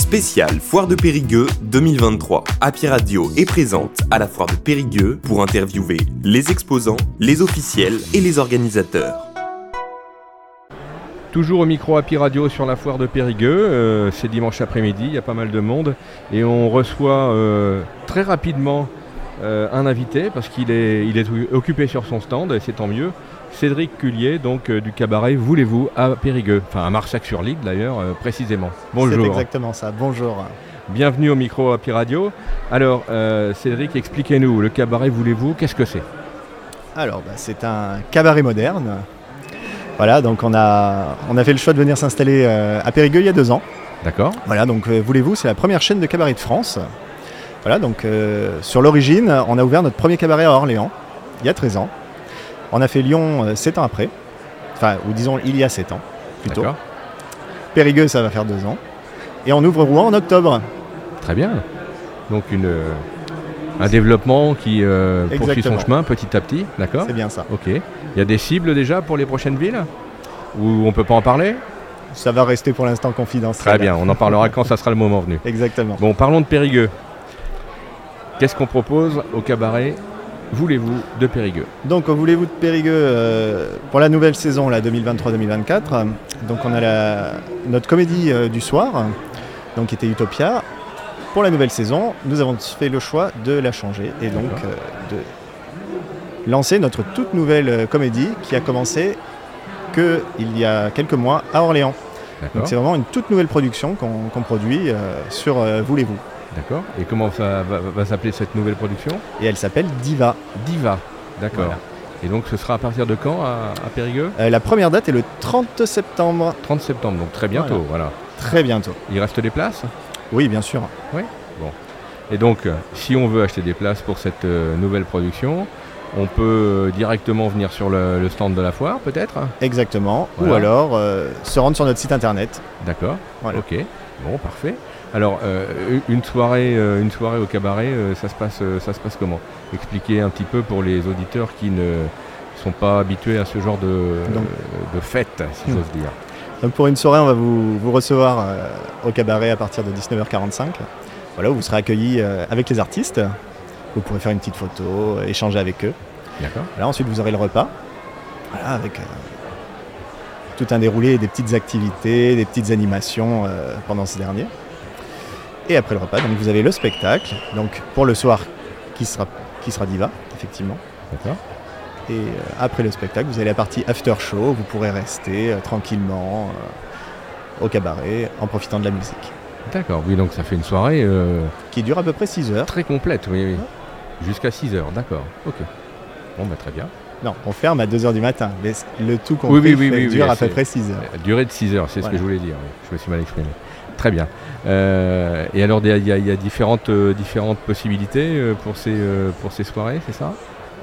Spécial Foire de Périgueux 2023. Happy Radio est présente à la Foire de Périgueux pour interviewer les exposants, les officiels et les organisateurs. Toujours au micro Happy Radio sur la Foire de Périgueux, c'est dimanche après-midi, il y a pas mal de monde et on reçoit très rapidement un invité parce qu'il est occupé sur son stand et c'est tant mieux. Cédric Cullier, donc du cabaret Voulez-vous à Périgueux, enfin à Marsac-sur-Ligue d'ailleurs précisément. Bonjour. C'est exactement ça, bonjour. Bienvenue au micro Happy Radio. Alors Cédric, expliquez-nous, le cabaret Voulez-vous, qu'est-ce que c'est ? Alors c'est un cabaret moderne. Voilà, donc on a fait le choix de venir s'installer à Périgueux il y a 2 ans. D'accord. Voilà, donc Voulez-vous, c'est la première chaîne de cabaret de France. Voilà, donc sur l'origine, on a ouvert notre premier cabaret à Orléans, il y a 13 ans. On a fait Lyon 7 ans après, enfin, ou disons il y a 7 ans, plutôt. D'accord. Périgueux, ça va faire 2 ans. Et on ouvre Rouen en octobre. Très bien. Donc un développement qui poursuit son chemin petit à petit, d'accord ? C'est bien ça. Ok. Il y a des cibles déjà pour les prochaines villes ? Ou on ne peut pas en parler ? Ça va rester pour l'instant confidentiel. Très bien, on en parlera quand ça sera le moment venu. Exactement. Bon, parlons de Périgueux. Qu'est-ce qu'on propose au cabaret Voulez-vous de Périgueux ? Donc, Voulez-vous de Périgueux, pour la nouvelle saison là, 2023-2024, donc on a notre comédie du soir, donc qui était Utopia. Pour la nouvelle saison, nous avons fait le choix de la changer et donc de lancer notre toute nouvelle comédie qui a commencé il y a quelques mois à Orléans. D'accord. Donc c'est vraiment une toute nouvelle production qu'on produit sur Voulez-vous. D'accord. Et comment ça va s'appeler cette nouvelle production ? Et elle s'appelle Diva. Diva, d'accord. Voilà. Et donc ce sera à partir de quand à Périgueux ? La première date est le 30 septembre. 30 septembre, donc très bientôt, voilà. Très bientôt. Il reste des places ? Oui, bien sûr. Oui. Bon. Et donc, si on veut acheter des places pour cette nouvelle production, on peut directement venir sur le stand de la foire, peut-être ? Exactement. Voilà. Ou alors se rendre sur notre site internet. D'accord. Voilà. Ok. Bon, parfait. Alors, une soirée au cabaret, ça se passe comment ? Expliquez un petit peu pour les auditeurs qui ne sont pas habitués à ce genre de fête, si j'ose dire. Donc pour une soirée, on va vous recevoir au cabaret à partir de 19h45. Voilà, où vous serez accueillis avec les artistes. Vous pourrez faire une petite photo, échanger avec eux. D'accord. Voilà, ensuite, vous aurez le repas. Voilà, avec tout un déroulé, des petites activités, des petites animations pendant ce dernier. Et après le repas, donc vous avez le spectacle. Donc pour le soir, qui sera Diva, effectivement. D'accord. Et après le spectacle, vous avez la partie after show. Vous pourrez rester tranquillement au cabaret en profitant de la musique. D'accord, oui, donc ça fait une soirée qui dure à peu près 6 heures. Très complète, oui. Jusqu'à 6 heures, d'accord. Ok. Bon, très bien. Non, on ferme à 2 heures du matin. Mais le tout compris dure à peu près 6 heures. Durée de 6 heures, c'est ce que je voulais dire. Oui. Je me suis mal exprimé. Très bien. Et alors, il y a différentes possibilités pour ces soirées, c'est ça ?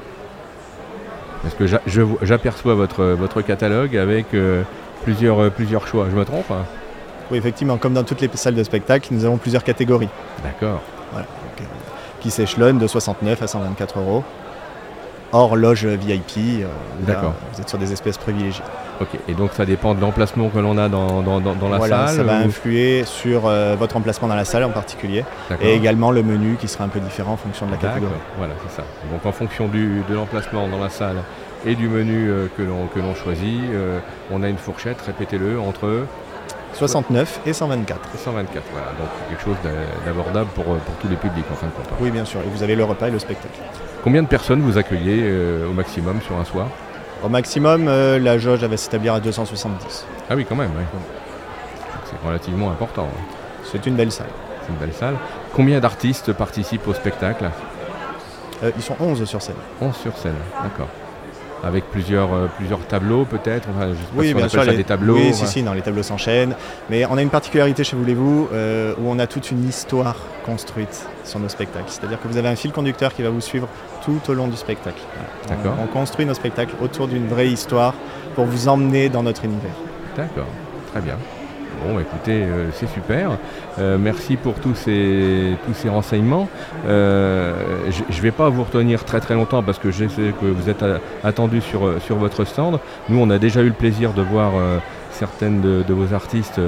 Parce que j'aperçois votre catalogue avec plusieurs choix. Je me trompe ? Oui, effectivement, comme dans toutes les salles de spectacle, nous avons plusieurs catégories. D'accord. Voilà. Donc, qui s'échelonnent de 69 à 124 €. Hors loge VIP, d'accord. Vous êtes sur des espèces privilégiées. Ok, et donc ça dépend de l'emplacement que l'on a dans la voilà, salle. Ça va influer sur votre emplacement dans la salle en particulier. D'accord. Et également le menu qui sera un peu différent en fonction de la catégorie. Voilà, c'est ça. Donc en fonction de l'emplacement dans la salle et du menu que l'on choisit, on a une fourchette, répétez-le, entre 69 et 124. 124, voilà. Donc quelque chose d'abordable pour tous les publics en fin de compte. Oui, bien sûr. Et vous avez le repas et le spectacle. Combien de personnes vous accueillez au maximum sur un soir ? Au maximum, la jauge va s'établir à 270. Ah oui, quand même, oui. C'est relativement important. C'est une belle salle. C'est une belle salle. Combien d'artistes participent au spectacle ? Ils sont 11 sur scène. 11 sur scène, d'accord. Avec plusieurs tableaux peut-être, enfin, je sais pas oui, si on bien appelle sûr, ça des tableaux. Oui, si, les tableaux s'enchaînent. Mais on a une particularité chez Voulez-vous où on a toute une histoire construite sur nos spectacles. C'est-à-dire que vous avez un fil conducteur qui va vous suivre tout au long du spectacle. D'accord. On construit nos spectacles autour d'une vraie histoire pour vous emmener dans notre univers. D'accord, très bien. Bon, écoutez, c'est super. Merci pour tous ces renseignements. Je ne vais pas vous retenir très très longtemps parce que je sais que vous êtes attendu sur votre stand. Nous, on a déjà eu le plaisir de voir certaines de vos artistes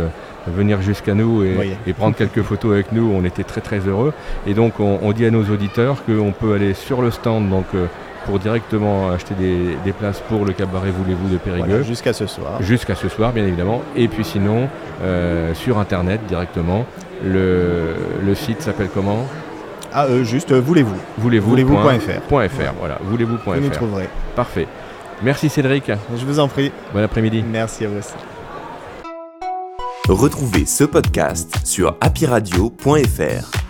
venir jusqu'à nous et prendre quelques photos avec nous. On était très très heureux. Et donc on dit à nos auditeurs qu'on peut aller sur le stand pour directement acheter des places pour le cabaret Voulez-vous de Périgueux. Voilà, jusqu'à ce soir. Jusqu'à ce soir, bien évidemment. Et puis sinon, sur Internet directement, le site s'appelle comment ? Juste Voulez-vous. Voulez-vous.fr. Voilà, voulez-vous.fr. Vous nous trouverez. Parfait. Merci Cédric. Je vous en prie. Bon après-midi. Merci à vous aussi. Retrouvez ce podcast sur happyradio.fr.